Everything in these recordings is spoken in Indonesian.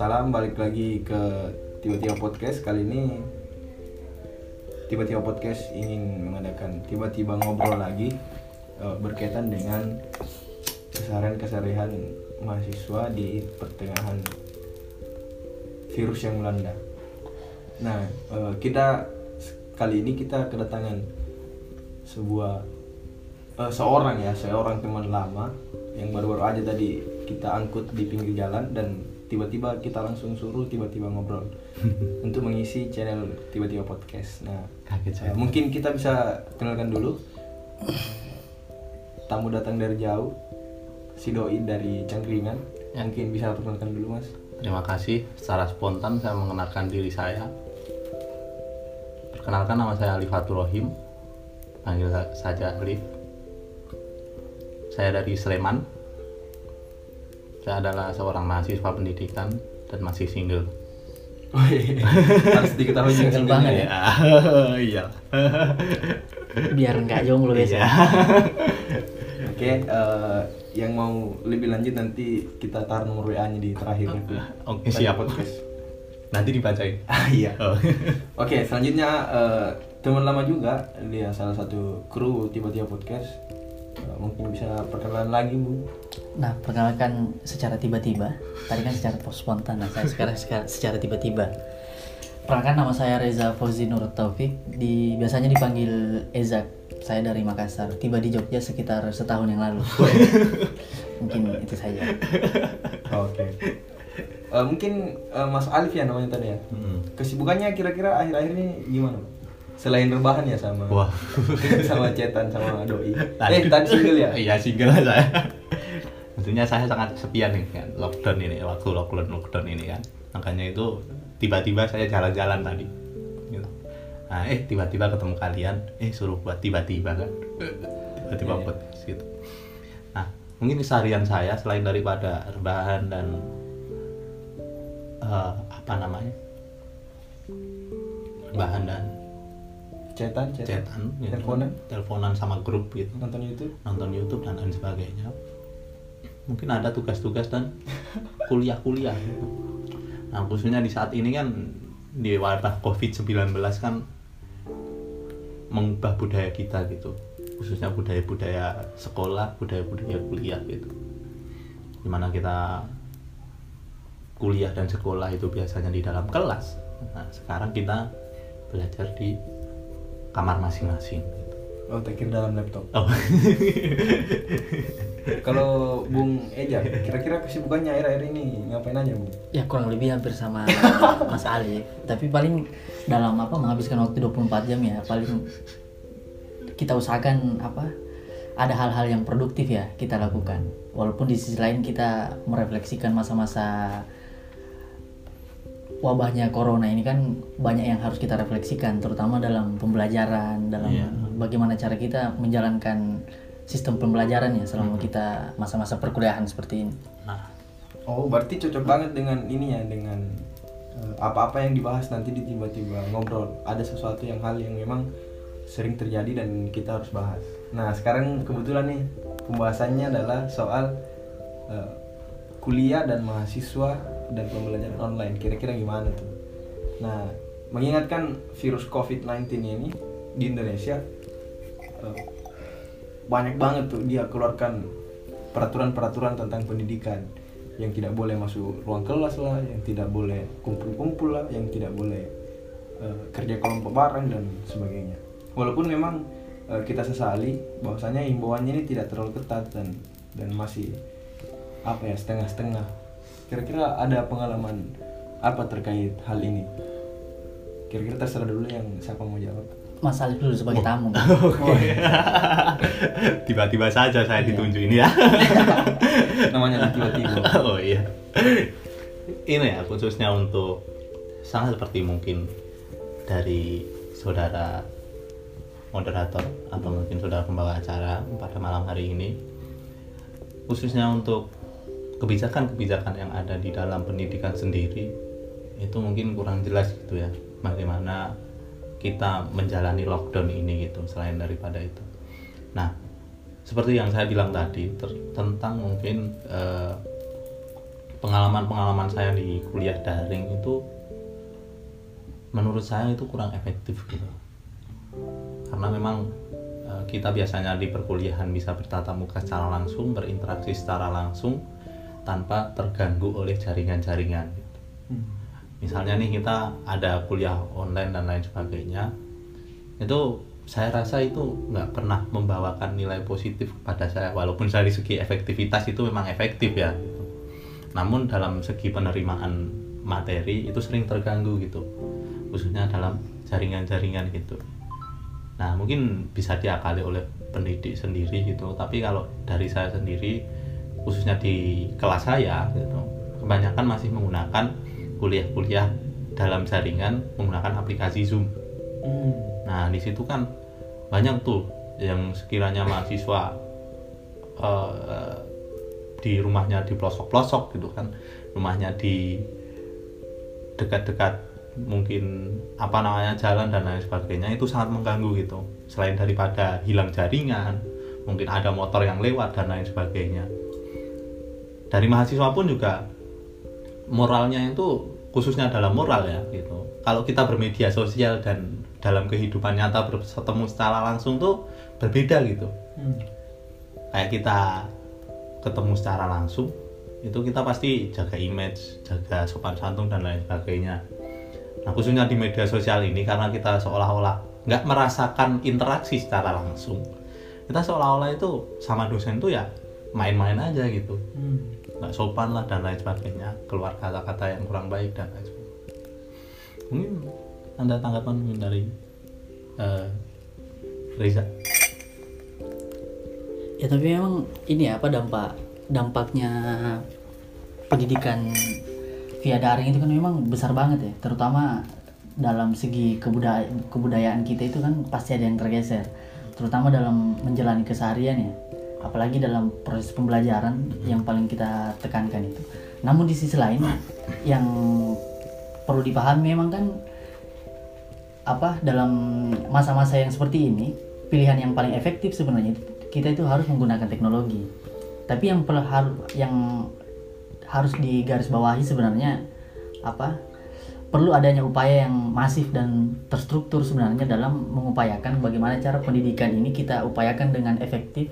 salam, balik lagi ke Tiba-Tiba Podcast. Kali ini Tiba-Tiba Podcast ingin mengadakan tiba-tiba ngobrol lagi berkaitan dengan keseharian mahasiswa di pertengahan virus yang melanda. Nah, kali ini kita kedatangan seorang teman lama yang baru-baru aja tadi kita angkut di pinggir jalan dan tiba-tiba kita langsung suruh tiba-tiba ngobrol untuk mengisi channel Tiba-Tiba Podcast. Nah, mungkin kita bisa kenalkan dulu. Tamu datang dari jauh, si Doi dari Cangkringan. Mungkin bisa perkenalkan dulu, Mas. Terima kasih. Secara spontan saya mengenalkan diri saya. Perkenalkan, nama saya Alif Fatur Rohim. Panggil saja Alif. Saya dari Sleman. Saya adalah seorang mahasiswa pendidikan dan masih single. Harus diketahui single banget ya. Iya. Biar nggak jomblo biasa. Oke, yang mau lebih lanjut nanti kita taruh nomor WA-nya di terakhir itu. Oke, siap. Nanti dibacain. Iya. Oke, selanjutnya teman lama juga, dia salah satu kru Tiba-Tiba Podcast. Mungkin bisa perkenalan lagi, Bu. Nah, perkenalkan secara tiba-tiba. Tadi kan secara spontan, nah saya sekarang secara tiba-tiba. Perkenalkan, nama saya Reza Fauzi Nur Taufik. Biasanya dipanggil Ezak. Saya dari Makassar. Tiba di Jogja sekitar setahun yang lalu. Mungkin itu saja. Oke. Mungkin Mas Alif ya namanya tadi ya. Kesibukannya kira-kira akhir-akhir ini gimana? Selain rebahan ya sama sama cetan sama Doi. Tadi single ya? Iya, single saya. Tentunya saya sangat kesepian nih kan, lockdown ini kan. Makanya itu tiba-tiba saya jalan-jalan tadi. Gitu. Nah, tiba-tiba ketemu kalian, suruh buat tiba-tiba kan. Tiba-tiba buat gitu. Nah, mungkin keseharian saya selain daripada rebahan dan rebahan dan cetan gitu. teleponan sama grup gitu, nonton YouTube dan lain sebagainya. Mungkin ada tugas-tugas dan kuliah gitu. Nah, khususnya di saat ini kan di wabah COVID-19 kan mengubah budaya kita gitu, khususnya budaya sekolah, budaya kuliah gitu, dimana kita kuliah dan sekolah itu biasanya di dalam kelas. Nah, sekarang kita belajar di kamar masing-masing gitu. Oh, tekir dalam laptop. Oh. Kalau Bung Eja, kira-kira kesibukannya akhir-akhir ini ngapain aja, Bung? Ya kurang lebih hampir sama Mas Ali. Tapi paling dalam menghabiskan waktu 24 jam ya, paling kita usahakan ada hal-hal yang produktif ya kita lakukan. Walaupun di sisi lain kita merefleksikan masa-masa wabahnya corona ini kan banyak yang harus kita refleksikan, terutama dalam pembelajaran, dalam bagaimana cara kita menjalankan sistem pembelajaran ya selama kita masa-masa perkuliahan seperti ini. Oh, berarti cocok banget dengan ini ya, dengan apa-apa yang dibahas nanti di tiba-tiba ngobrol. Ada sesuatu hal yang memang sering terjadi dan kita harus bahas. Nah, sekarang kebetulan nih pembahasannya adalah soal kuliah dan mahasiswa dan pembelajaran online. Kira-kira gimana tuh? Nah, mengingatkan virus COVID-19 ini di Indonesia banyak banget tuh dia keluarkan peraturan-peraturan tentang pendidikan, yang tidak boleh masuk ruang kelas lah, yang tidak boleh kumpul-kumpul lah, yang tidak boleh kerja kelompok bareng dan sebagainya. Walaupun memang kita sesali bahwasanya himbauannya ini tidak terlalu ketat dan masih setengah-setengah. Kira-kira ada pengalaman apa terkait hal ini? Kira-kira terserah dulu yang siapa mau jawab. Mas Alif dulu sebagai tamu. Tiba-tiba saja saya ditunjuk ini ya. Namanya tiba-tiba. Oh iya. Ini ya khususnya untuk sama seperti mungkin dari saudara moderator atau mungkin saudara pembawa acara pada malam hari ini, khususnya untuk kebijakan-kebijakan yang ada di dalam pendidikan sendiri itu mungkin kurang jelas gitu ya, bagaimana kita menjalani lockdown ini gitu. Selain daripada itu, nah seperti yang saya bilang tadi tentang mungkin pengalaman saya di kuliah daring itu menurut saya itu kurang efektif gitu. Karena memang kita biasanya di perkuliahan bisa bertatap muka secara langsung, berinteraksi secara langsung tanpa terganggu oleh jaringan-jaringan gitu. Misalnya nih kita ada kuliah online dan lain sebagainya, itu saya rasa itu nggak pernah membawakan nilai positif kepada saya, walaupun dari segi efektivitas itu memang efektif ya gitu. Namun dalam segi penerimaan materi itu sering terganggu gitu, khususnya dalam jaringan-jaringan gitu. Nah mungkin bisa diakali oleh pendidik sendiri gitu, tapi kalau dari saya sendiri khususnya di kelas saya gitu, kebanyakan masih menggunakan kuliah-kuliah dalam jaringan menggunakan aplikasi Zoom. Nah di situ kan banyak tuh yang sekiranya mahasiswa di rumahnya di pelosok-pelosok gitu kan, rumahnya di dekat-dekat mungkin jalan dan lain sebagainya, itu sangat mengganggu gitu. Selain daripada hilang jaringan, mungkin ada motor yang lewat dan lain sebagainya. Dari mahasiswa pun juga moralnya itu, khususnya dalam moral ya gitu. Kalau kita bermedia sosial dan dalam kehidupan nyata bertemu secara langsung tuh berbeda gitu. Kayak kita ketemu secara langsung itu kita pasti jaga image, jaga sopan santun dan lain sebagainya. Nah khususnya di media sosial ini, karena kita seolah-olah nggak merasakan interaksi secara langsung, kita seolah-olah itu sama dosen tuh ya main-main aja gitu, nggak sopan lah dan lain sebagainya, keluar kata-kata yang kurang baik dan lain sebagainya. Mungkin Anda tanggapan mungkin dari Reza? Ya tapi memang ini apa dampaknya pendidikan via daring itu kan memang besar banget ya, terutama dalam segi kebudayaan kita itu kan pasti ada yang tergeser, terutama dalam menjalani keseharian ya, apalagi dalam proses pembelajaran yang paling kita tekankan itu. Namun di sisi lain yang perlu dipahami memang kan dalam masa-masa yang seperti ini, pilihan yang paling efektif sebenarnya kita itu harus menggunakan teknologi. Tapi yang harus digarisbawahi sebenarnya perlu adanya upaya yang masif dan terstruktur sebenarnya dalam mengupayakan bagaimana cara pendidikan ini kita upayakan dengan efektif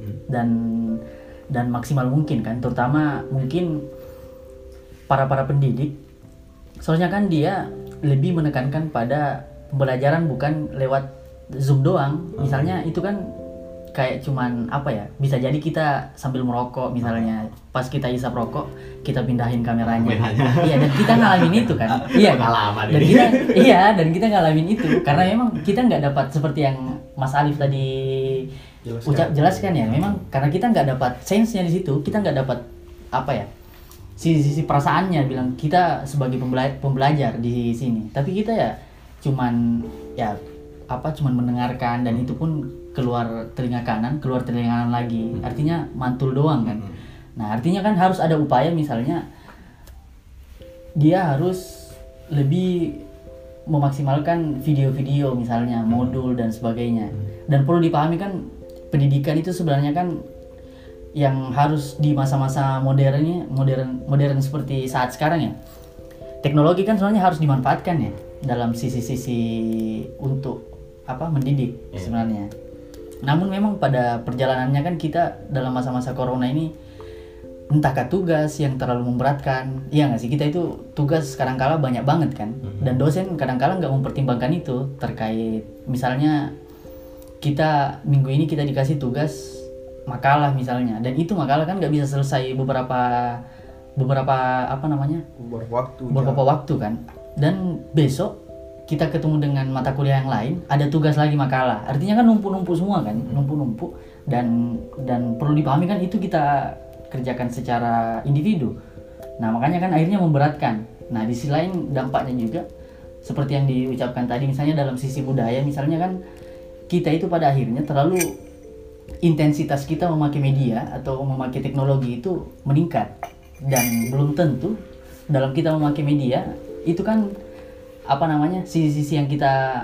dan maksimal mungkin kan, terutama mungkin para pendidik. Soalnya kan dia lebih menekankan pada pembelajaran bukan lewat Zoom doang. Misalnya itu kan kayak cuman bisa jadi kita sambil merokok misalnya, pas kita isap rokok kita pindahin kameranya. Iya, dan kita ngalamin itu kan. Iya, dan kita ngalamin itu karena memang kita nggak dapat seperti yang Mas Alif tadi jelaskan ya. Memang karena kita nggak dapat sense-nya di situ, kita nggak dapat sisi perasaannya, bilang kita sebagai pembelajar di sini. Tapi kita ya cuman mendengarkan, dan itu pun keluar telinga kanan lagi, artinya mantul doang kan. Nah artinya kan harus ada upaya, misalnya dia harus lebih memaksimalkan video-video misalnya, modul dan sebagainya. Dan perlu dipahami kan pendidikan itu sebenarnya kan yang harus di masa-masa modern seperti saat sekarang ya, teknologi kan sebenarnya harus dimanfaatkan ya dalam sisi-sisi untuk mendidik sebenarnya. Namun memang pada perjalanannya kan kita dalam masa-masa corona ini, entahkah tugas yang terlalu memberatkan, iya nggak sih, kita itu tugas kadang-kala banyak banget kan, dan dosen kadang-kala nggak mempertimbangkan itu, terkait misalnya kita minggu ini kita dikasih tugas makalah misalnya, dan itu makalah kan nggak bisa selesai beberapa waktu kan, dan besok kita ketemu dengan mata kuliah yang lain, ada tugas lagi makalah, artinya kan numpuk semua kan, numpuk dan perlu dipahami kan itu kita kerjakan secara individu. Nah makanya kan akhirnya memberatkan. Nah di sisi lain dampaknya juga seperti yang diucapkan tadi, misalnya dalam sisi budaya misalnya kan, kita itu pada akhirnya terlalu intensitas kita memakai media atau memakai teknologi itu meningkat, dan belum tentu dalam kita memakai media itu kan sisi-sisi yang kita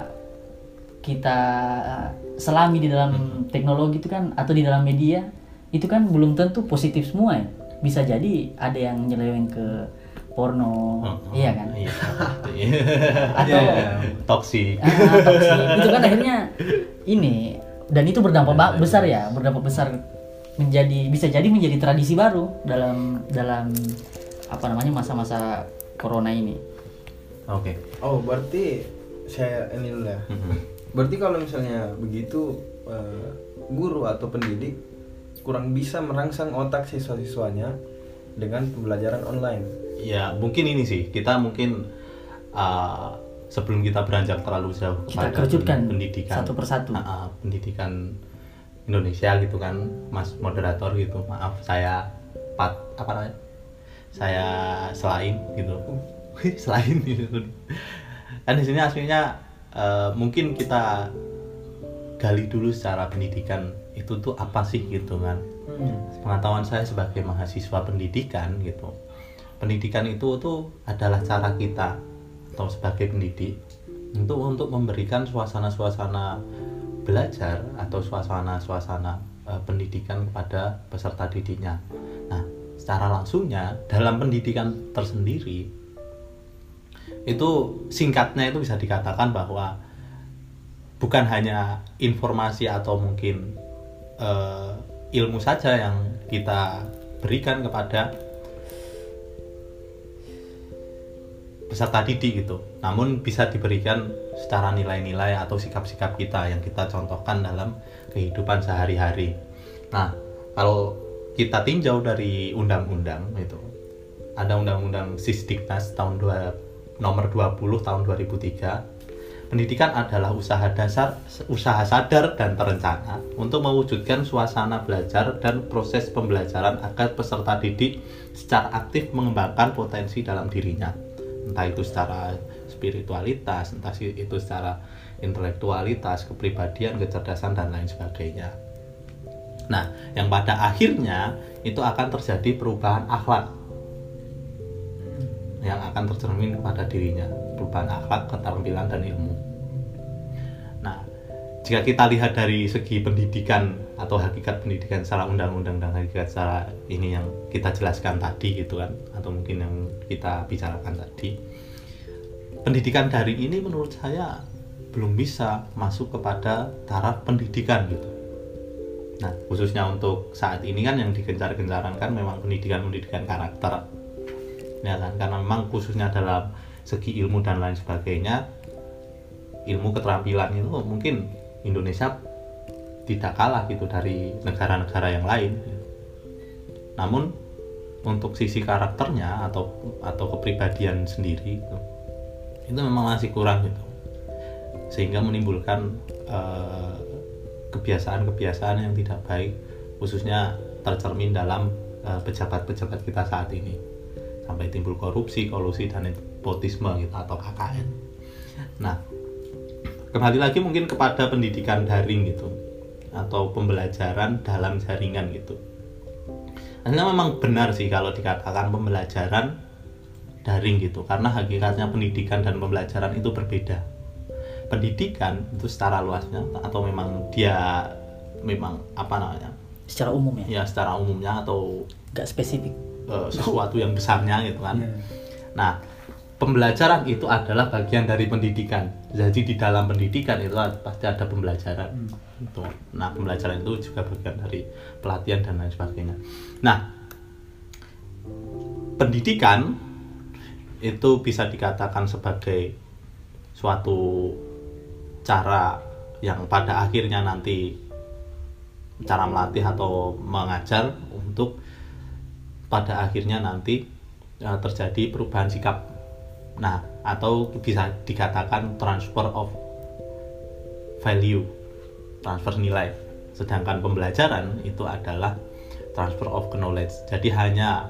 selami di dalam teknologi itu kan, atau di dalam media itu kan belum tentu positif semua ya. bisa jadi ada yang nyeleweng ke porno, iya kan? Iya. Atau toksik. toksik. Itu kan akhirnya ini, dan itu berdampak besar ya, berdampak besar bisa jadi menjadi tradisi baru dalam apa namanya masa-masa corona ini. Oke. Oh, berarti saya ini dulu ya. Berarti kalau misalnya begitu guru atau pendidik kurang bisa merangsang otak siswa-siswanya dengan pembelajaran online. Ya mungkin ini sih, kita mungkin sebelum kita beranjak terlalu jauh Kita kepada kerucutkan pendidikan satu persatu. Pendidikan Indonesia gitu kan, Mas moderator gitu. Maaf saya saya selain gitu. Selain gitu. Kan di sini aslinya mungkin kita gali dulu secara pendidikan itu tuh apa sih gitu kan. Pengetahuan saya sebagai mahasiswa pendidikan gitu, pendidikan itu tuh adalah cara kita atau sebagai pendidik untuk memberikan suasana-suasana belajar atau suasana-suasana pendidikan kepada peserta didiknya. Nah, secara langsungnya dalam pendidikan tersendiri itu singkatnya itu bisa dikatakan bahwa bukan hanya informasi atau mungkin ilmu saja yang kita berikan kepada peserta didik gitu, namun bisa diberikan secara nilai-nilai atau sikap-sikap kita yang kita contohkan dalam kehidupan sehari-hari. Nah, kalau kita tinjau dari undang-undang itu, ada undang-undang Sisdiknas nomor 20 tahun 2003. Pendidikan adalah usaha sadar dan terencana untuk mewujudkan suasana belajar dan proses pembelajaran agar peserta didik secara aktif mengembangkan potensi dalam dirinya. Entah itu secara spiritualitas, entah itu secara intelektualitas, kepribadian, kecerdasan, dan lain sebagainya. Nah, yang pada akhirnya itu akan terjadi perubahan akhlak yang akan tercermin kepada dirinya, perubahan akhlak, keterampilan, dan ilmu. Nah, jika kita lihat dari segi pendidikan atau hakikat pendidikan secara undang-undang dan hakikat secara ini yang kita jelaskan tadi gitu kan, atau mungkin yang kita bicarakan tadi, pendidikan daring ini menurut saya belum bisa masuk kepada taraf pendidikan gitu. Nah, khususnya untuk saat ini kan yang digencar-gencaran kan memang pendidikan karakter, ya kan, karena memang khususnya dalam segi ilmu dan lain sebagainya, ilmu keterampilan itu mungkin Indonesia tidak kalah gitu dari negara-negara yang lain. Namun untuk sisi karakternya atau kepribadian sendiri itu memang masih kurang gitu, sehingga menimbulkan kebiasaan-kebiasaan yang tidak baik, khususnya tercermin dalam pejabat-pejabat kita saat ini, sampai timbul korupsi, kolusi, dan nepotisme gitu, atau KKN. Nah, kembali lagi mungkin kepada pendidikan daring gitu, atau pembelajaran dalam jaringan gitu. Akhirnya memang benar sih kalau dikatakan pembelajaran daring gitu, karena hakikatnya pendidikan dan pembelajaran itu berbeda. Pendidikan itu secara luasnya, atau memang dia memang apa namanya? Secara umum ya? Ya, secara umumnya atau nggak spesifik. Sesuatu yang besarnya gitu kan. Yeah. Nah, pembelajaran itu adalah bagian dari pendidikan. Jadi di dalam pendidikan itu pasti ada pembelajaran. Gitu. Nah, pembelajaran itu juga bagian dari pelatihan dan lain sebagainya. Nah, pendidikan itu bisa dikatakan sebagai suatu cara yang pada akhirnya nanti cara melatih atau mengajar untuk pada akhirnya nanti terjadi perubahan sikap. Nah, atau bisa dikatakan transfer of value, transfer nilai. Sedangkan pembelajaran itu adalah transfer of knowledge. Jadi hanya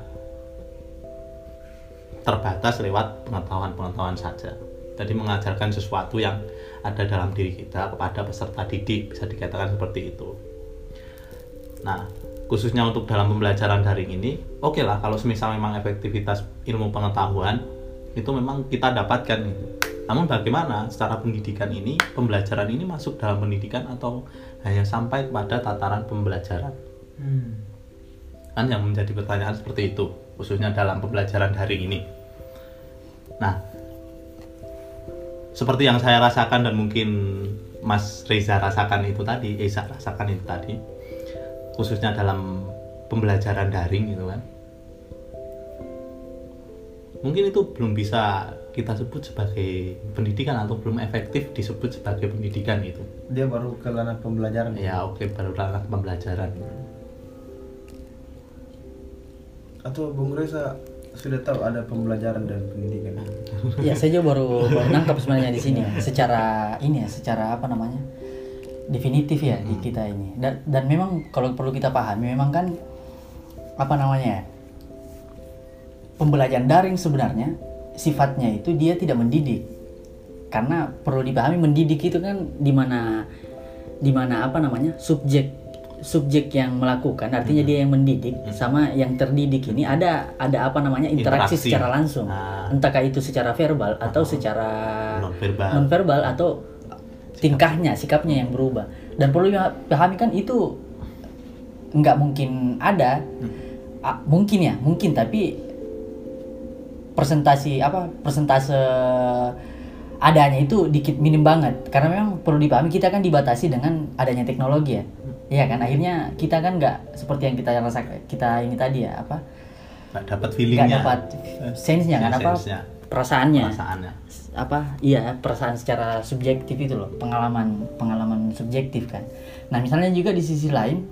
terbatas lewat pengetahuan-pengetahuan saja. Jadi mengajarkan sesuatu yang ada dalam diri kita kepada peserta didik, bisa dikatakan seperti itu. Nah, khususnya untuk dalam pembelajaran daring ini, oke lah kalau semisal memang efektivitas ilmu pengetahuan itu memang kita dapatkan gitu. Namun bagaimana secara pendidikan ini, pembelajaran ini masuk dalam pendidikan atau hanya sampai kepada tataran pembelajaran? Kan yang menjadi pertanyaan seperti itu, khususnya dalam pembelajaran daring ini. Nah, seperti yang saya rasakan dan mungkin Mas Reza rasakan itu tadi, Eza rasakan itu tadi, khususnya dalam pembelajaran daring gitu kan. Mungkin itu belum bisa kita sebut sebagai pendidikan atau belum efektif disebut sebagai pendidikan itu. Dia baru ke ranah pembelajaran. Ya oke, baru ranah pembelajaran. Atau Bung Reza sudah tahu ada pembelajaran dan pendidikan? Ya saya juga baru nangkap sebenarnya di sini ya. Secara ini ya, secara apa namanya, definitif ya di kita ini. Dan memang kalau perlu kita pahami, memang kan apa namanya ya, pembelajaran daring sebenarnya sifatnya itu dia tidak mendidik. Karena perlu dipahami, mendidik itu kan di mana apa namanya, subjek yang melakukan, artinya dia yang mendidik, sama yang terdidik ini ada apa namanya, interaksi secara langsung. Entahkah itu secara verbal atau secara non-verbal atau tingkahnya, sikapnya yang berubah. Dan perlu dipahami kan itu nggak mungkin ada, mungkin tapi persentase adanya itu dikit, minim banget. Karena memang perlu dipahami, kita kan dibatasi dengan adanya teknologi ya. Iya kan, akhirnya kita kan nggak seperti yang kita rasakan, kita ini tadi ya, apa, nggak dapat feelingnya, nggak dapat sense-nya kan, apa, perasaannya, apa, iya, perasaan secara subjektif itu loh, pengalaman subjektif kan. Nah misalnya juga di sisi lain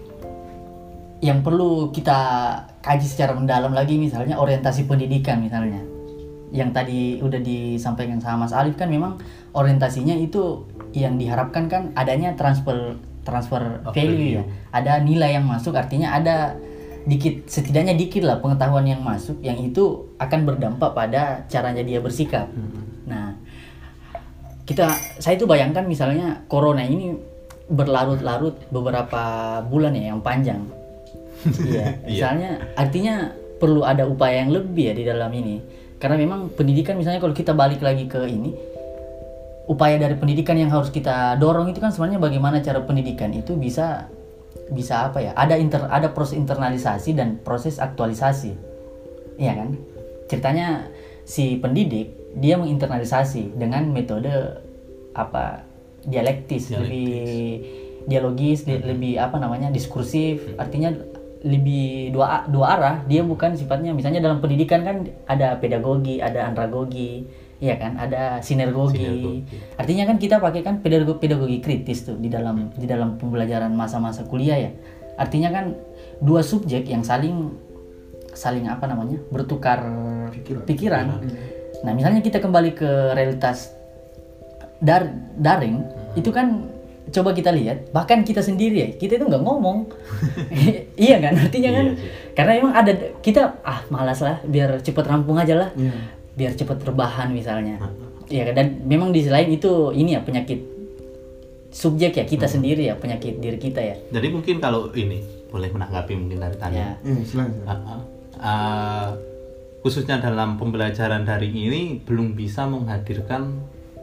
yang perlu kita kaji secara mendalam lagi, misalnya orientasi pendidikan misalnya, yang tadi udah disampaikan sama Mas Alif kan, memang orientasinya itu yang diharapkan kan adanya transfer value ya, ada nilai yang masuk, artinya ada setidaknya dikit lah pengetahuan yang masuk, yang itu akan berdampak pada caranya dia bersikap. Nah saya itu bayangkan misalnya corona ini berlarut-larut beberapa bulan ya, yang panjang. Iya, misalnya artinya perlu ada upaya yang lebih ya di dalam ini, karena memang pendidikan misalnya, kalau kita balik lagi ke ini, upaya dari pendidikan yang harus kita dorong itu kan sebenarnya bagaimana cara pendidikan itu bisa apa ya, ada proses internalisasi dan proses aktualisasi, iya kan. Ceritanya si pendidik dia menginternalisasi dengan metode apa, dialektis. Lebih dialogis, lebih apa namanya, diskursif, artinya lebih dua arah. Dia bukan sifatnya, misalnya dalam pendidikan kan ada pedagogi, ada andragogi, iya kan, ada sinergogi. Artinya kan kita pakai kan pedagogi kritis tuh di dalam pembelajaran masa-masa kuliah ya. Artinya kan dua subjek yang saling apa namanya, bertukar pikiran. Nah misalnya kita kembali ke realitas daring, itu kan coba kita lihat, bahkan kita sendiri ya, kita itu nggak ngomong. Iya kan, artinya kan karena emang ada, kita malas lah, biar cepet rampung aja lah, biar cepet rebahan misalnya. Iya kan, dan memang di sisi lain itu ini ya, penyakit subjek ya, kita sendiri ya, penyakit diri kita ya. Jadi mungkin kalau ini boleh menanggapi mungkin dari tanya. Silakan. Khususnya dalam pembelajaran daring ini belum bisa menghadirkan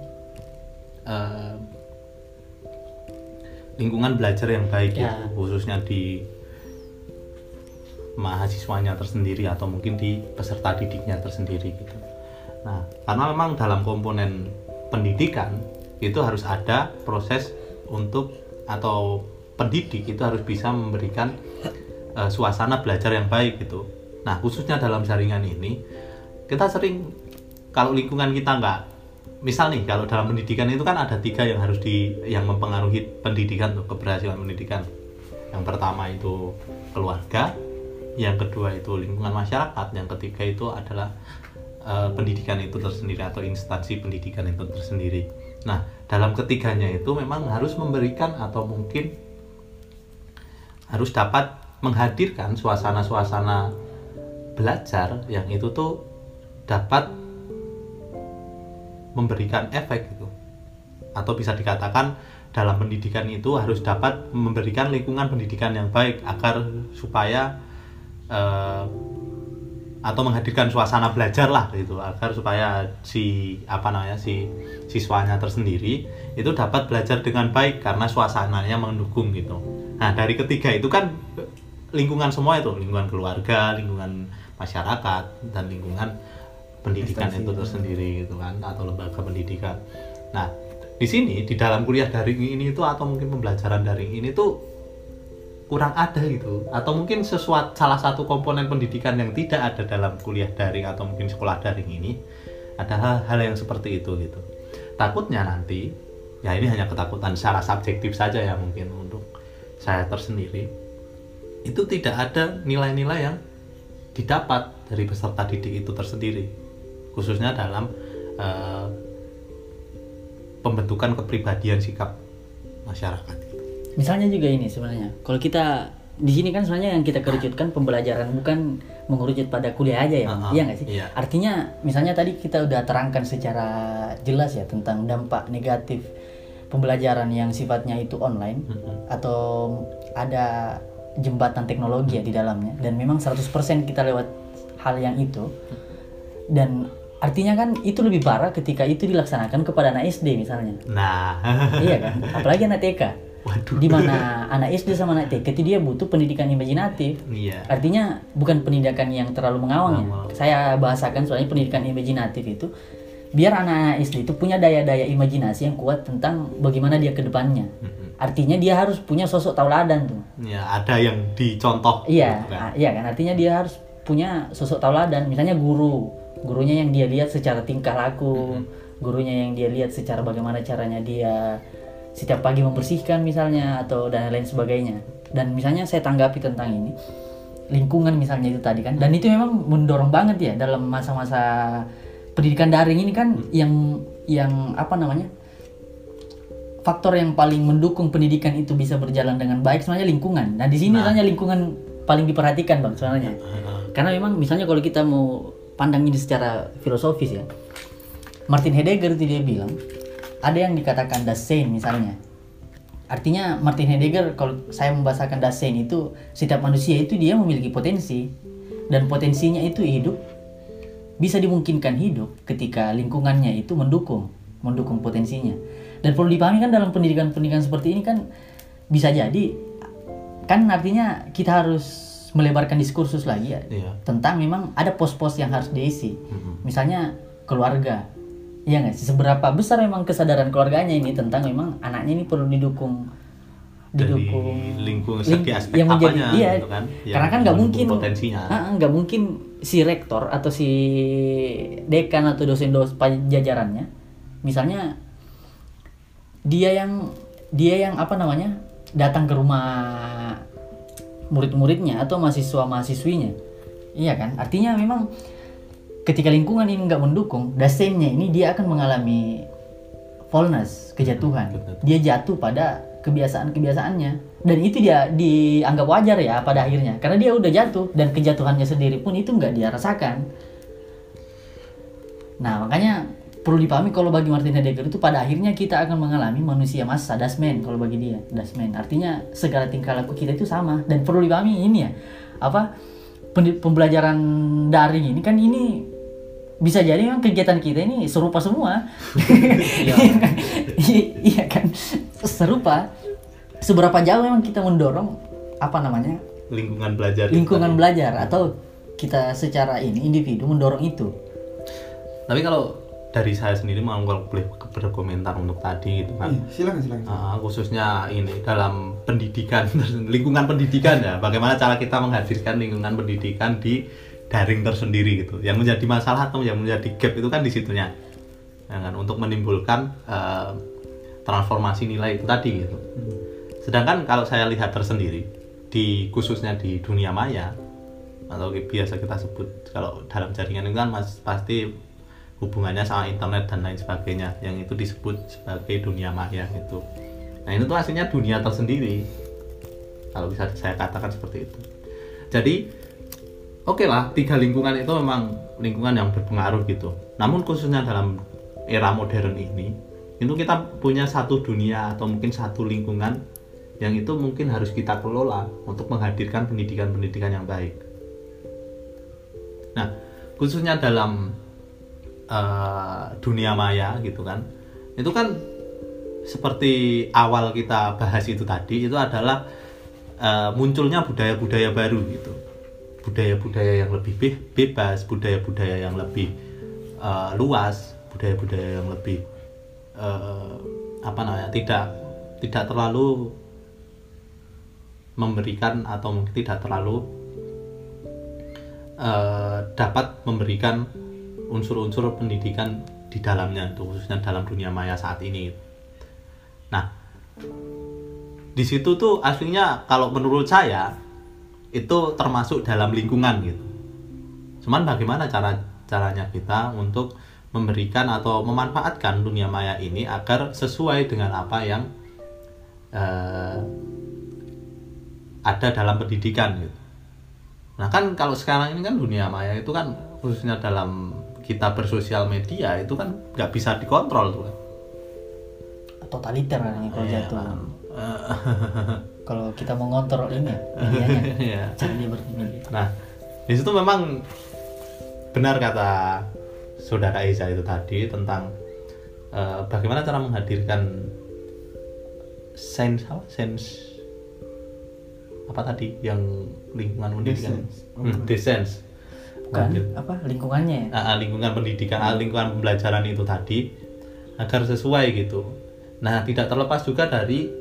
lingkungan belajar yang baik ya, khususnya di mahasiswanya tersendiri atau mungkin di peserta didiknya tersendiri gitu. Nah, karena memang dalam komponen pendidikan itu harus ada proses untuk, atau pendidik itu harus bisa memberikan suasana belajar yang baik gitu. Nah, khususnya dalam jaringan ini kita sering, kalau lingkungan kita nggak, misal nih, kalau dalam pendidikan itu kan ada 3 yang harus yang mempengaruhi pendidikan tuh, keberhasilan pendidikan. Yang pertama itu keluarga, yang kedua itu lingkungan masyarakat, yang ketiga itu adalah pendidikan itu tersendiri atau instansi pendidikan itu tersendiri. Nah, dalam ketiganya itu memang harus memberikan atau mungkin harus dapat menghadirkan suasana-suasana belajar yang itu tuh dapat memberikan efek gitu, atau bisa dikatakan dalam pendidikan itu harus dapat memberikan lingkungan pendidikan yang baik agar supaya atau menghadirkan suasana belajar lah gitu, agar supaya si siswanya tersendiri itu dapat belajar dengan baik karena suasananya mendukung gitu. Nah, dari ketiga itu kan lingkungan semua itu, lingkungan keluarga, lingkungan masyarakat, dan lingkungan pendidikan Instansi, itu tersendiri gitu kan, atau lembaga pendidikan. Nah, di sini di dalam kuliah daring ini itu atau mungkin pembelajaran daring ini tuh kurang ada gitu, atau mungkin salah satu komponen pendidikan yang tidak ada dalam kuliah daring atau mungkin sekolah daring ini adalah hal yang seperti itu gitu. Takutnya nanti, ya ini hanya ketakutan secara subjektif saja ya mungkin untuk saya tersendiri, itu tidak ada nilai-nilai yang didapat dari peserta didik itu tersendiri, khususnya dalam pembentukan kepribadian sikap masyarakat. Misalnya juga ini sebenarnya, kalau kita di sini kan sebenarnya yang kita kerucutkan pembelajaran, bukan mengerucut pada kuliah aja ya, iya nggak sih? Iya. Artinya misalnya tadi kita udah terangkan secara jelas ya tentang dampak negatif pembelajaran yang sifatnya itu online atau ada jembatan teknologi ya di dalamnya, dan memang 100% kita lewat hal yang itu, dan artinya kan itu lebih parah ketika itu dilaksanakan kepada anak SD misalnya. Nah, Iya kan, apalagi anak TK. waduh. Di mana anak SD sama anak TK itu dia butuh pendidikan imajinatif. Iya. Artinya bukan pendidikan yang terlalu mengawang ya. Mengawang. Saya bahasakan soalnya pendidikan imajinatif itu biar anak SD itu punya daya-daya imajinasi yang kuat tentang bagaimana dia ke depannya. Artinya dia harus punya sosok tauladan tuh. Ya, ada yang dicontoh. Iya, gitu kan. iya kan. Artinya dia harus punya sosok tauladan. Misalnya gurunya yang dia lihat secara tingkah laku, gurunya yang dia lihat secara bagaimana caranya dia setiap pagi membersihkan misalnya, atau dan lain sebagainya. Dan misalnya saya tanggapi tentang ini, lingkungan misalnya itu tadi kan, dan itu memang mendorong banget ya dalam masa-masa pendidikan daring ini kan, yang apa namanya, faktor yang paling mendukung pendidikan itu bisa berjalan dengan baik sebenarnya lingkungan. Nah di sini misalnya lingkungan paling diperhatikan bang sebenarnya, karena memang misalnya kalau kita mau pandang ini secara filosofis ya, Martin Heidegger itu dia bilang ada yang dikatakan Dasein misalnya. Artinya Martin Heidegger, kalau saya membahasakan Dasein itu, setiap manusia itu dia memiliki potensi, dan potensinya itu hidup, bisa dimungkinkan hidup ketika lingkungannya itu mendukung potensinya. Dan perlu dipahami kan dalam pendidikan seperti ini kan bisa jadi kan artinya kita harus melebarkan diskursus lagi ya, tentang memang ada pos-pos yang harus diisi. Misalnya keluarga. Iya nggak sih, seberapa besar memang kesadaran keluarganya ini tentang memang anaknya ini perlu didukung dari lingkungan segi aspek yang menjadi, apanya iya, gitu kan, karena kan nggak mungkin potensinya. Nggak mungkin si rektor atau si dekan atau dosen-dosen jajarannya misalnya dia yang apa namanya datang ke rumah murid-muridnya atau mahasiswa-mahasiswinya, iya kan, artinya memang ketika lingkungan ini nggak mendukung, Daseinnya ini dia akan mengalami fallness, kejatuhan. Dia jatuh pada kebiasaan-kebiasaannya, dan itu dia dianggap wajar ya pada akhirnya, karena dia udah jatuh dan kejatuhannya sendiri pun itu nggak dia rasakan. Nah makanya perlu dipahami kalau bagi Martin Heidegger itu pada akhirnya kita akan mengalami manusia massa, Dasmen kalau bagi dia, Dasmen. Artinya segala tingkah laku kita itu sama, dan perlu dipahami ini ya, apa pembelajaran daring ini kan ini bisa jadi memang kegiatan kita ini serupa semua. Iya kan, serupa. Seberapa jauh memang kita mendorong apa namanya lingkungan belajar atau kita secara ini individu mendorong itu. Tapi kalau dari saya sendiri mau kalau boleh berkomentar untuk tadi gitu kan. Silakan. Khususnya ini dalam pendidikan, lingkungan pendidikan ya, bagaimana cara kita menghadirkan lingkungan pendidikan di daring tersendiri gitu. Yang menjadi masalah atau yang menjadi gap itu kan di situnya. Ya kan, untuk menimbulkan transformasi nilai itu tadi gitu. Sedangkan kalau saya lihat tersendiri khususnya di dunia maya atau biasa kita sebut kalau dalam jaringan itu kan pasti hubungannya sama internet dan lain sebagainya, yang itu disebut sebagai dunia maya gitu. Nah itu tuh aslinya dunia tersendiri kalau bisa saya katakan seperti itu. Jadi oke lah, 3 lingkungan itu memang lingkungan yang berpengaruh gitu. Namun khususnya dalam era modern ini, itu kita punya satu dunia atau mungkin satu lingkungan yang itu mungkin harus kita kelola untuk menghadirkan pendidikan-pendidikan yang baik. Nah, khususnya dalam dunia maya gitu kan, itu kan seperti awal kita bahas itu tadi, itu adalah munculnya budaya-budaya baru gitu, budaya-budaya yang lebih bebas, budaya-budaya yang lebih luas, budaya-budaya yang lebih tidak terlalu memberikan atau mungkin tidak terlalu dapat memberikan unsur-unsur pendidikan di dalamnya, itu khususnya dalam dunia maya saat ini. Nah, di situ tuh aslinya kalau menurut saya itu termasuk dalam lingkungan gitu. Cuman bagaimana caranya kita untuk memberikan atau memanfaatkan dunia maya ini agar sesuai dengan apa yang ada dalam pendidikan gitu. Nah kan kalau sekarang ini kan dunia maya itu kan khususnya dalam kita bersosial media itu kan nggak bisa dikontrol tuh kan. Totaliter kan ini kalau Iya, jatuh. kan. Kalau kita mau ngontrol ini medianya, Iya. cara dia bermedia. Nah di situ memang benar kata saudara Eza itu tadi tentang bagaimana cara menghadirkan sense apa tadi yang lingkungan pendidikan, desens, Bukan apa lingkungannya ya? lingkungan pendidikan, lingkungan pembelajaran itu tadi agar sesuai gitu. Nah tidak terlepas juga dari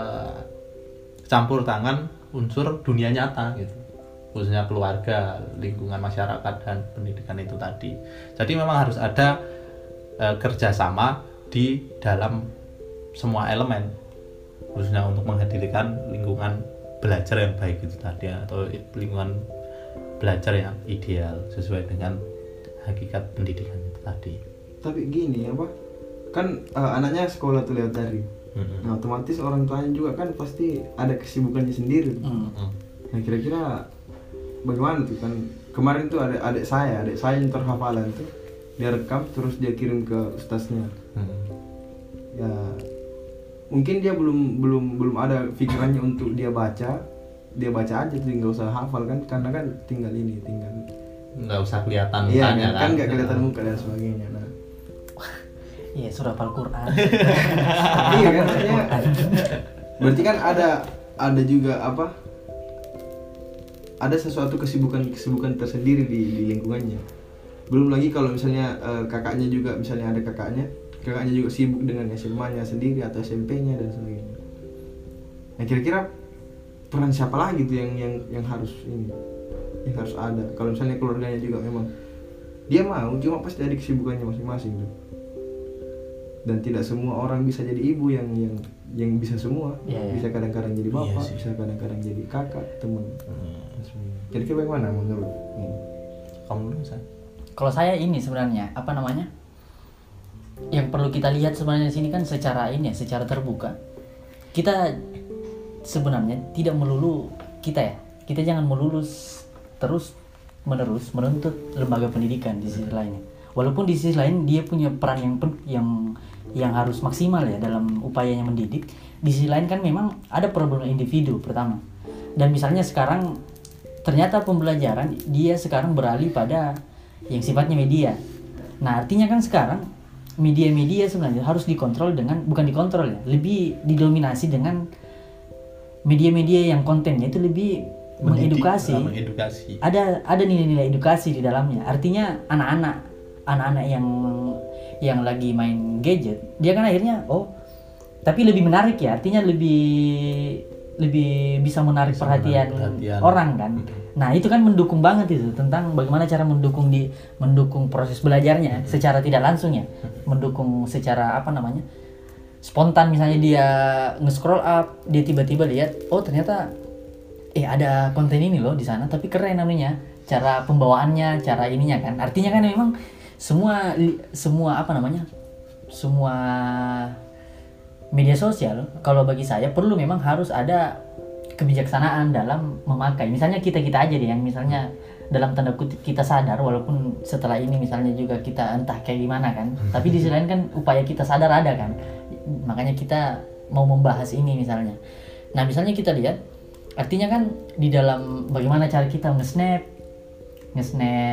campur tangan unsur dunia nyata gitu, khususnya keluarga, lingkungan masyarakat dan pendidikan itu tadi. Jadi memang harus ada kerjasama di dalam semua elemen, khususnya untuk menghadirkan lingkungan belajar yang baik itu tadi, atau lingkungan belajar yang ideal sesuai dengan hakikat pendidikan itu tadi. Tapi gini apa? Kan anaknya sekolah tuh lewat daring. Nah, otomatis orang tuanya juga kan pasti ada kesibukannya sendiri. Nah, kira-kira bagaimana tuh kan? Kemarin tuh ada adik saya yang terhafalan tuh dia rekam terus dia kirim ke ustaznya. Ya mungkin dia belum ada pikirannya untuk dia baca aja tuh, nggak usah hafal kan, karena kan tinggal Nggak usah kelihatan iya mukanya kan nggak kelihatan muka dan sebagainya. Nah Iya, surah Al-Quran. iya kan maksudnya berarti kan ada juga apa, ada sesuatu kesibukan tersendiri di lingkungannya. Belum lagi kalau misalnya kakaknya juga, misalnya ada kakaknya juga sibuk dengan SMA-nya sendiri atau SMP-nya dan sebagainya. Nah kira-kira peran siapa lagi tuh yang harus ada? Kalau misalnya keluarganya juga memang dia mau, cuma pasti ada kesibukannya masing-masing tuh. Dan tidak semua orang bisa jadi ibu yang bisa semua. Bisa kadang-kadang jadi bapak, bisa kadang-kadang jadi kakak, teman. Kira-kira bagaimana menurut kamu dulu San? Kalau saya ini sebenarnya apa namanya? Yang perlu kita lihat sebenarnya di sini kan secara terbuka. Kita sebenarnya tidak melulu kita jangan melulu terus menerus menuntut lembaga pendidikan di sisi lainnya. Walaupun di sisi lain dia punya peran yang harus maksimal ya dalam upayanya mendidik. Di sisi lain kan memang ada problem individu pertama. Dan misalnya sekarang ternyata pembelajaran dia sekarang beralih pada yang sifatnya media. Nah, artinya kan sekarang media-media sebenarnya harus dikontrol bukan dikontrol ya, lebih didominasi dengan media-media yang kontennya itu lebih mengedukasi. Ada nilai-nilai edukasi di dalamnya. Artinya anak-anak yang lagi main gadget, dia kan akhirnya tapi lebih menarik ya, artinya lebih bisa menarik perhatian orang kan. Nah, itu kan mendukung banget itu tentang bagaimana cara mendukung proses belajarnya secara tidak langsung ya. Mendukung secara spontan, misalnya dia nge-scroll up, dia tiba-tiba lihat, ternyata ada konten ini loh di sana, tapi keren namanya, cara pembawaannya, cara ininya kan. Artinya kan memang semua media sosial kalau bagi saya memang harus ada kebijaksanaan dalam memakai. Misalnya kita aja deh yang misalnya dalam tanda kutip kita sadar, walaupun setelah ini misalnya juga kita entah kayak gimana kan, tapi di sisi lain kan upaya kita sadar ada kan, makanya kita mau membahas ini misalnya. Nah misalnya kita lihat, artinya kan di dalam bagaimana cara kita nge-snap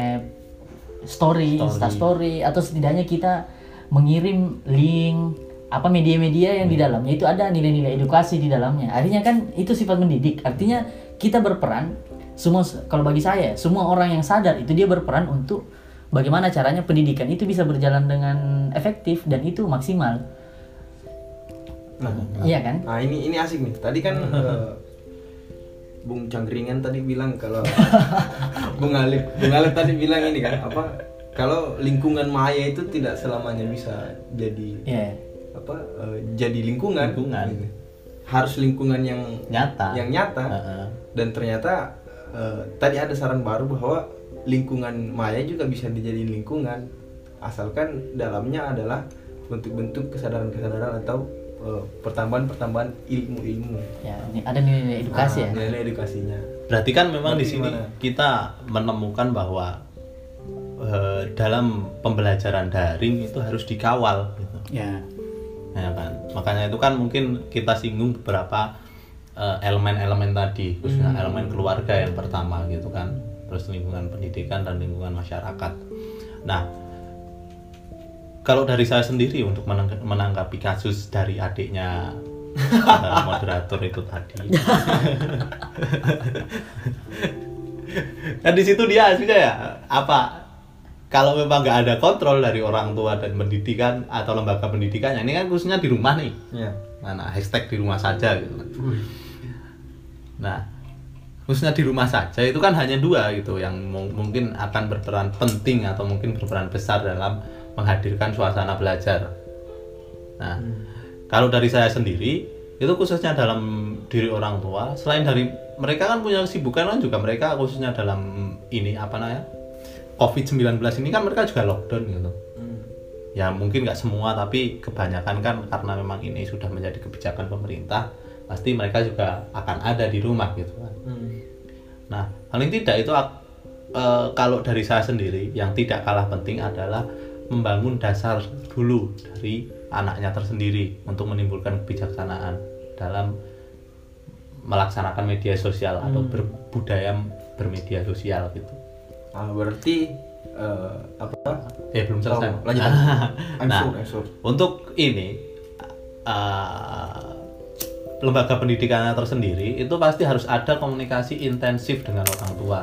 story, Insta story, atau setidaknya kita mengirim link apa media-media yang di dalamnya itu ada nilai-nilai edukasi di dalamnya. Artinya kan itu sifat mendidik. Artinya kita berperan semua, kalau bagi saya semua orang yang sadar itu dia berperan untuk bagaimana caranya pendidikan itu bisa berjalan dengan efektif dan itu maksimal. Iya kan? Nah ini asik nih. Tadi kan Bung Cangkringan tadi bilang kalau Bung Alif tadi bilang ini kan apa? Kalau lingkungan maya itu tidak selamanya bisa jadi jadi lingkungan. Gitu. Harus lingkungan yang nyata. Dan ternyata tadi ada saran baru bahwa lingkungan maya juga bisa dijadiin lingkungan asalkan dalamnya adalah bentuk-bentuk kesadaran atau pertambahan ilmu. Ya, ini ada nilai edukasi ya. Nilai edukasinya. Berarti kan memang di sini kita menemukan bahwa dalam pembelajaran daring itu harus dikawal gitu. Ya. Ya kan. Makanya itu kan mungkin kita singgung beberapa elemen-elemen tadi, khususnya elemen keluarga yang pertama gitu kan. Terus lingkungan pendidikan dan lingkungan masyarakat. Nah, kalau dari saya sendiri untuk menanggapi kasus dari adiknya moderator itu tadi, kan di situ dia aslinya ya apa? Kalau memang nggak ada kontrol dari orang tua dan pendidikan atau lembaga pendidikannya, ini kan khususnya di rumah nih, mana hashtag di rumah saja gitu. Nah, khususnya di rumah saja itu kan hanya 2 gitu yang mungkin akan berperan penting atau mungkin berperan besar dalam menghadirkan suasana belajar. Nah, kalau dari saya sendiri itu khususnya dalam diri orang tua, selain dari mereka kan punya kesibukan kan juga mereka khususnya dalam ini apa namanya COVID-19 ini kan mereka juga lockdown gitu. Ya mungkin nggak semua tapi kebanyakan kan karena memang ini sudah menjadi kebijakan pemerintah, pasti mereka juga akan ada di rumah gitu kan. Nah, paling tidak itu kalau dari saya sendiri yang tidak kalah penting adalah membangun dasar dulu dari anaknya tersendiri untuk menimbulkan kebijaksanaan dalam melaksanakan media sosial atau berbudaya bermedia sosial gitu. Berarti belum selesai. Lanjut. Nah, untuk ini lembaga pendidikannya tersendiri itu pasti harus ada komunikasi intensif dengan orang tua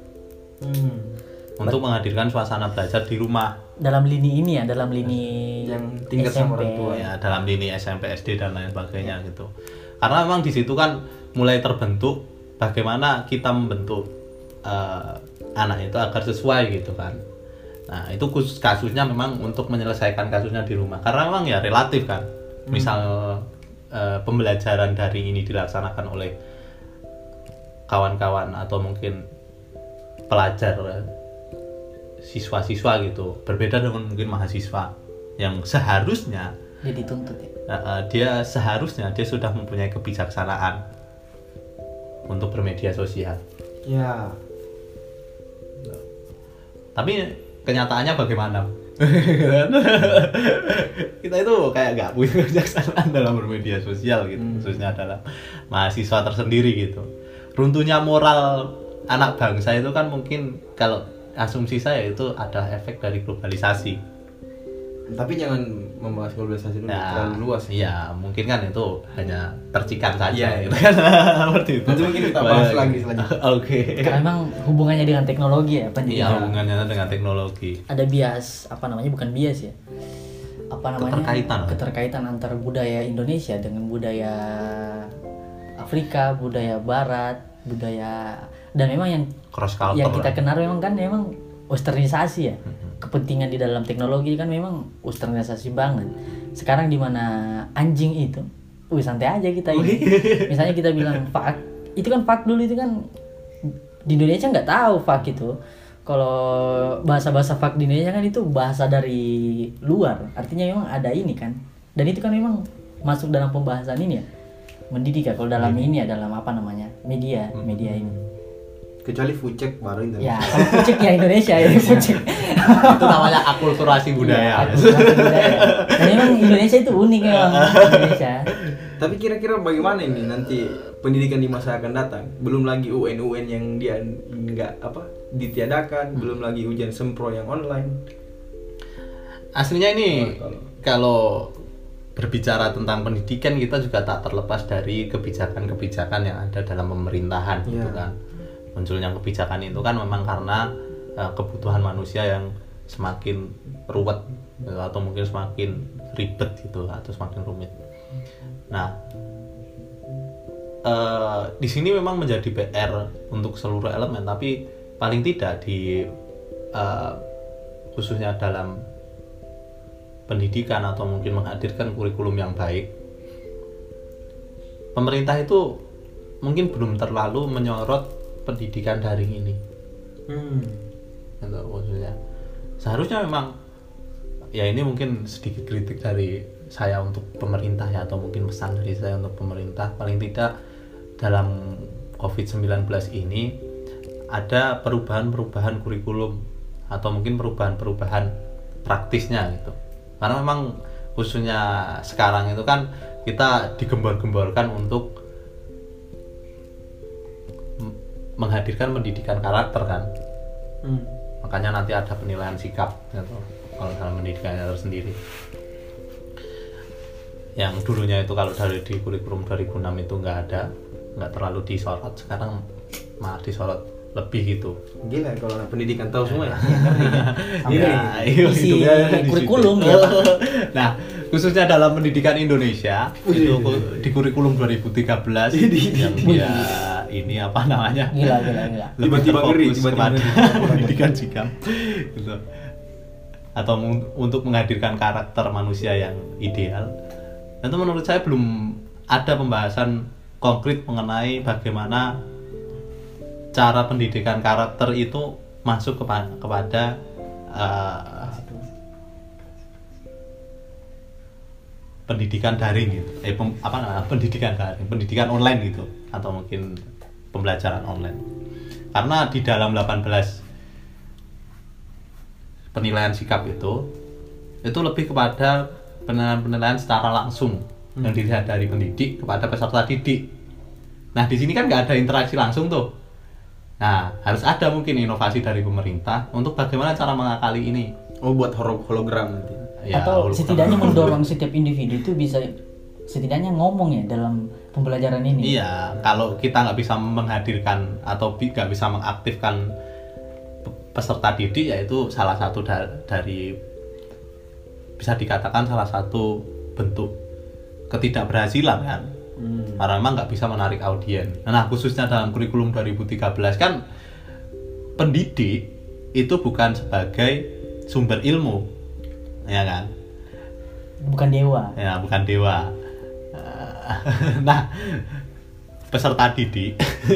untuk menghadirkan suasana belajar di rumah. Dalam lini ini ya, dalam lini yang tinggal sama orang tua ya, dalam lini SMP, SD dan lain sebagainya gitu. Karena memang di situ kan mulai terbentuk bagaimana kita membentuk anak itu agar sesuai gitu kan. Nah, itu kasusnya memang untuk menyelesaikan kasusnya di rumah. Karena memang ya relatif kan. Misal pembelajaran daring ini dilaksanakan oleh kawan-kawan atau mungkin pelajar siswa-siswa gitu, berbeda dengan mungkin mahasiswa yang seharusnya dia dituntut ya. Dia seharusnya dia sudah mempunyai kebijaksanaan untuk bermedia sosial. Ya. Tapi kenyataannya bagaimana? Kita itu kayak nggak punya kebijaksanaan dalam bermedia sosial gitu, khususnya dalam mahasiswa tersendiri gitu. Runtuhnya moral anak bangsa itu kan mungkin kalau asumsi saya itu ada efek dari globalisasi. Tapi jangan membahas globalisasi dulu, terlalu luas. Iya, mungkin kan itu hanya tercikan saja. Iya, gitu kan. Seperti itu. Nanti mungkin kita bahas lagi selanjutnya. Oke. Karena memang hubungannya dengan teknologi ya, pendidikan. Iya, hubungannya dengan teknologi. Ada bias, apa namanya, bukan bias ya. Apa namanya? Keterkaitan antara budaya Indonesia dengan budaya Afrika, budaya Barat, budaya, dan memang yang kita kenal memang kan memang westernisasi ya. Kepentingan di dalam teknologi kan memang westernisasi banget. Sekarang di mana anjing itu, santai aja kita ini. Misalnya kita bilang fuck, itu kan fuck dulu itu kan di Indonesia nggak tahu fuck itu. Kalau bahasa-bahasa fuck di Indonesia kan itu bahasa dari luar. Artinya memang ada ini kan. Dan itu kan memang masuk dalam pembahasan ini ya. Mendidik ya, kalau dalam ini ya, dalam apa namanya, media ini. Kecuali Fucek baru Indonesia. Ya, kalau Fucek ya Indonesia ya Fucek. Itu namanya akulturasi budaya. Akulturasi budaya. Dan memang Indonesia itu unik memang Indonesia. Tapi kira-kira bagaimana ini nanti pendidikan di masa akan datang? Belum lagi UN yang dia nggak ditiadakan, belum lagi ujian sempro yang online. Aslinya ini kalau berbicara tentang pendidikan, kita juga tak terlepas dari kebijakan-kebijakan yang ada dalam pemerintahan gitu kan. Munculnya kebijakan itu kan memang karena kebutuhan manusia yang semakin ruwet gitu, atau mungkin semakin ribet gitu atau semakin rumit. Nah, di sini memang menjadi PR untuk seluruh elemen, tapi paling tidak di khususnya dalam pendidikan atau mungkin menghadirkan kurikulum yang baik, pemerintah itu mungkin belum terlalu menyorot pendidikan daring ini. Untuk khususnya seharusnya memang, ya ini mungkin sedikit kritik dari saya untuk pemerintah ya, atau mungkin pesan dari saya untuk pemerintah, paling tidak dalam COVID-19 ini ada perubahan-perubahan kurikulum atau mungkin perubahan-perubahan praktisnya gitu. Karena memang khususnya sekarang itu kan kita digembor-gemborkan untuk menghadirkan pendidikan karakter kan. Makanya nanti ada penilaian sikap gitu, kalau dalam pendidikannya tersendiri. Yang dulunya itu kalau dari di kurikulum 2006 itu nggak terlalu disorot, sekarang malah disorot lebih gitu. Gila kalau anak pendidikan tahu semua ya. Isi kurikulum ya Pak. Nah, khususnya dalam pendidikan Indonesia itu di kurikulum 2013 yang dia ini apa namanya? Gila. Lebih Tiba-tiba ngeri, terfokus kepada pendidikan sikap gitu. Atau untuk menghadirkan karakter manusia yang ideal. Itu menurut saya belum ada pembahasan konkret mengenai bagaimana cara pendidikan karakter itu masuk kepada pendidikan daring gitu, pendidikan daring, pendidikan online gitu, atau mungkin pembelajaran online. Karena di dalam 18 penilaian sikap itu lebih kepada penilaian secara langsung yang dilihat dari pendidik kepada peserta didik. Nah di sini kan nggak ada interaksi langsung tuh. Nah, harus ada mungkin inovasi dari pemerintah untuk bagaimana cara mengakali ini. Oh, buat hologram nanti. Ya, atau hologram. setidaknya mendorong setiap individu itu bisa setidaknya ngomong ya dalam pembelajaran ini. Iya, kalau kita nggak bisa menghadirkan atau nggak bisa mengaktifkan peserta didik, yaitu salah satu dari bisa dikatakan salah satu bentuk ketidakberhasilan kan. Karena memang nggak bisa menarik audien. Nah khususnya dalam kurikulum 2013 kan pendidik itu bukan sebagai sumber ilmu, ya kan? Bukan dewa. Ya bukan dewa. Nah peserta didik,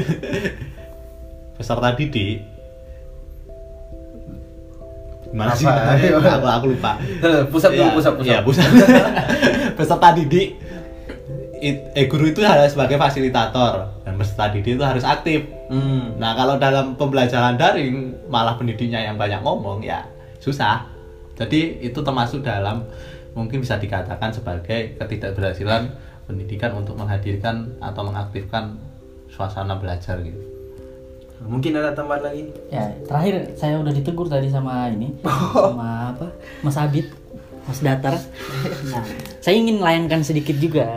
gimana sih? Aku lupa. Pusat. Ya, pusat. Peserta didik. Guru itu harus sebagai fasilitator dan peserta didik itu harus aktif. Nah kalau dalam pembelajaran daring malah pendidiknya yang banyak ngomong, ya susah. Jadi itu termasuk dalam mungkin bisa dikatakan sebagai ketidakberhasilan pendidikan untuk menghadirkan atau mengaktifkan suasana belajar gitu. Mungkin ada tambahan lagi? Ya terakhir saya udah ditegur tadi sama ini sama apa Mas Abid, Mas Datar. Nah saya ingin layangkan sedikit juga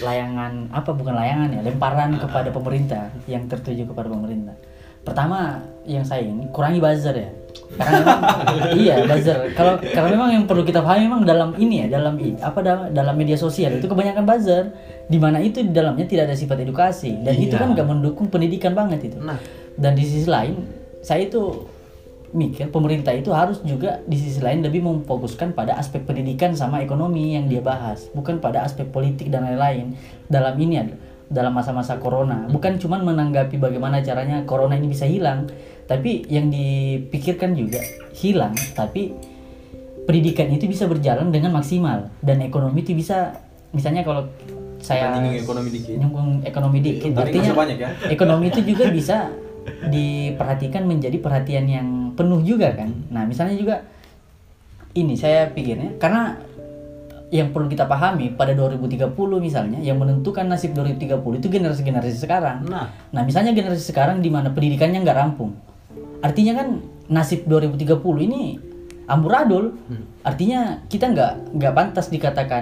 lemparan kepada pemerintah yang tertuju kepada pemerintah. Pertama yang saya ingin kurangi buzzer ya. Karena memang iya buzzer. Kalau memang yang perlu kita pahami memang dalam dalam media sosial itu kebanyakan buzzer, di mana itu di dalamnya tidak ada sifat edukasi dan itu kan nggak mendukung pendidikan banget itu. Dan di sisi lain saya itu mikir pemerintah itu harus juga di sisi lain lebih memfokuskan pada aspek pendidikan sama ekonomi yang dia bahas, bukan pada aspek politik dan lain-lain dalam masa-masa corona. Bukan cuma menanggapi bagaimana caranya corona ini bisa hilang, tapi yang dipikirkan juga hilang, tapi pendidikan itu bisa berjalan dengan maksimal dan ekonomi itu bisa, misalnya kalau saya nyinggung ekonomi dikit, artinya banyak, ya? Ekonomi itu juga bisa diperhatikan menjadi perhatian yang penuh juga kan. Nah misalnya juga ini saya pikirnya karena yang perlu kita pahami pada 2030 misalnya yang menentukan nasib 2030 itu generasi-generasi sekarang. Nah misalnya generasi sekarang di mana pendidikannya nggak rampung, artinya kan nasib 2030 ini amburadul. Artinya kita nggak pantas dikatakan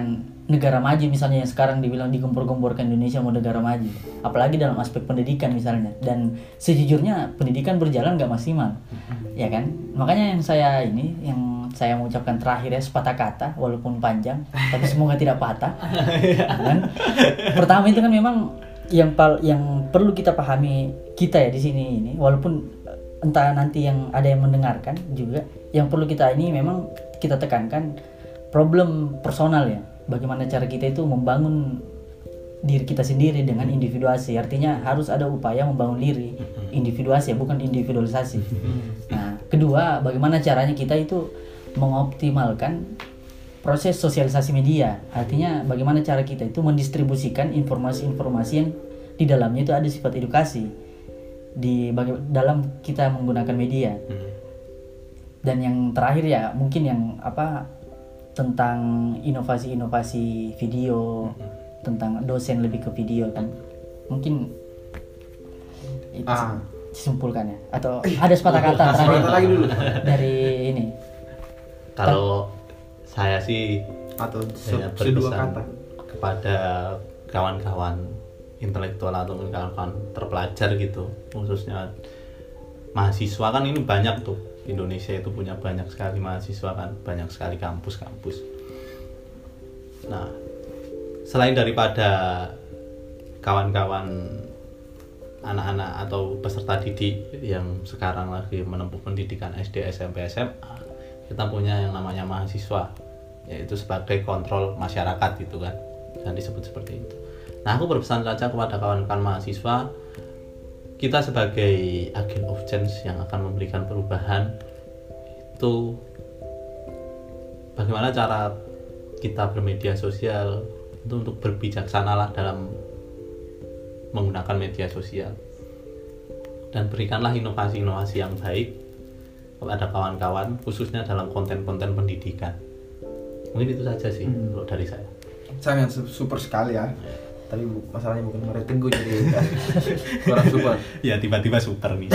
negara maju misalnya, yang sekarang dibilang digempur-gemburkan Indonesia mau negara maju, apalagi dalam aspek pendidikan misalnya. Dan sejujurnya pendidikan berjalan nggak maksimal, ya kan? Makanya yang saya mau ucapkan terakhir ya, sepatah kata walaupun panjang tapi semoga tidak patah. Kan? Pertama itu kan memang yang perlu kita pahami kita ya di sini ini, walaupun entah nanti yang ada yang mendengarkan juga, yang perlu kita ini memang kita tekankan problem personal ya. Bagaimana cara kita itu membangun diri kita sendiri dengan individuasi. Artinya harus ada upaya membangun diri, individuasi ya, bukan individualisasi. Nah, kedua, bagaimana caranya kita itu mengoptimalkan proses sosialisasi media. Artinya bagaimana cara kita itu mendistribusikan informasi-informasi yang di dalamnya itu ada sifat edukasi dalam kita menggunakan media. Dan yang terakhir ya mungkin yang tentang inovasi-inovasi video, tentang dosen lebih ke video kan, mungkin itu disimpulkan ya, atau ada sepatah kata terakhir lagi dulu dari ini. Kalau saya sih atau saya sedua berpesan kata kepada kawan-kawan intelektual atau kawan-kawan terpelajar gitu, khususnya mahasiswa. Kan ini banyak tuh, Indonesia itu punya banyak sekali mahasiswa kan, banyak sekali kampus-kampus. Nah, selain daripada kawan-kawan anak-anak atau peserta didik yang sekarang lagi menempuh pendidikan SD, SMP, SMA, kita punya yang namanya mahasiswa, yaitu sebagai kontrol masyarakat gitu kan, dan disebut seperti itu. Nah, aku berpesan saja kepada kawan-kawan mahasiswa, kita sebagai agent of change yang akan memberikan perubahan, itu bagaimana cara kita bermedia sosial itu untuk berbijaksanalah dalam menggunakan media sosial, dan berikanlah inovasi-inovasi yang baik kepada kawan-kawan, khususnya dalam konten-konten pendidikan. Mungkin itu saja sih kalau dari saya. Sangat super sekali ya. Tapi masalahnya bukan Mario Teguh jadi orang super. Ya tiba-tiba super nih.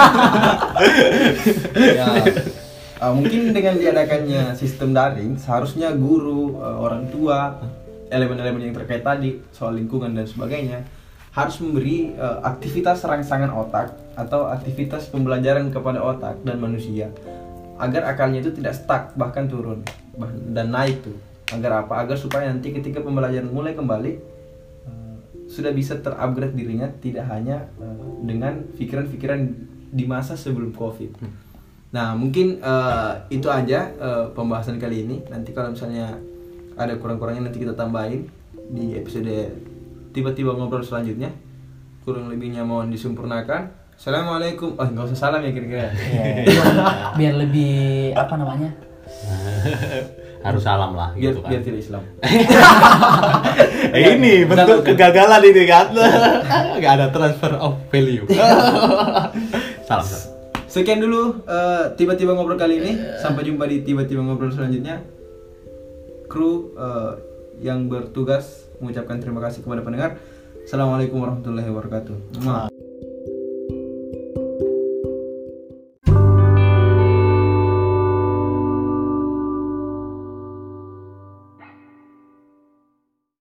Ya, mungkin dengan diadakannya sistem daring, seharusnya guru, orang tua, elemen-elemen yang terkait tadi soal lingkungan dan sebagainya harus memberi aktivitas rangsangan otak atau aktivitas pembelajaran kepada otak dan manusia agar akalnya itu tidak stuck, bahkan turun dan naik tuh. Agar apa? Agar supaya nanti ketika pembelajaran mulai kembali sudah bisa terupgrade dirinya, tidak hanya dengan pikiran-pikiran di masa sebelum COVID. Nah, mungkin itu aja pembahasan kali ini. Nanti kalau misalnya ada kurang-kurangnya nanti kita tambahin di episode tiba-tiba ngobrol selanjutnya. Kurang lebihnya mohon disempurnakan. Assalamualaikum. Nggak usah salam ya kira-kira. Biar lebih Harus salam lah gitu kan. Biar tidak Islam. Ini bentuk kegagalan ini kan. Nggak ada transfer of value. Salam. Sekian dulu tiba-tiba ngobrol kali ini. Sampai jumpa di tiba-tiba ngobrol selanjutnya. Kru yang bertugas mengucapkan terima kasih kepada pendengar. Assalamualaikum warahmatullahi wabarakatuh.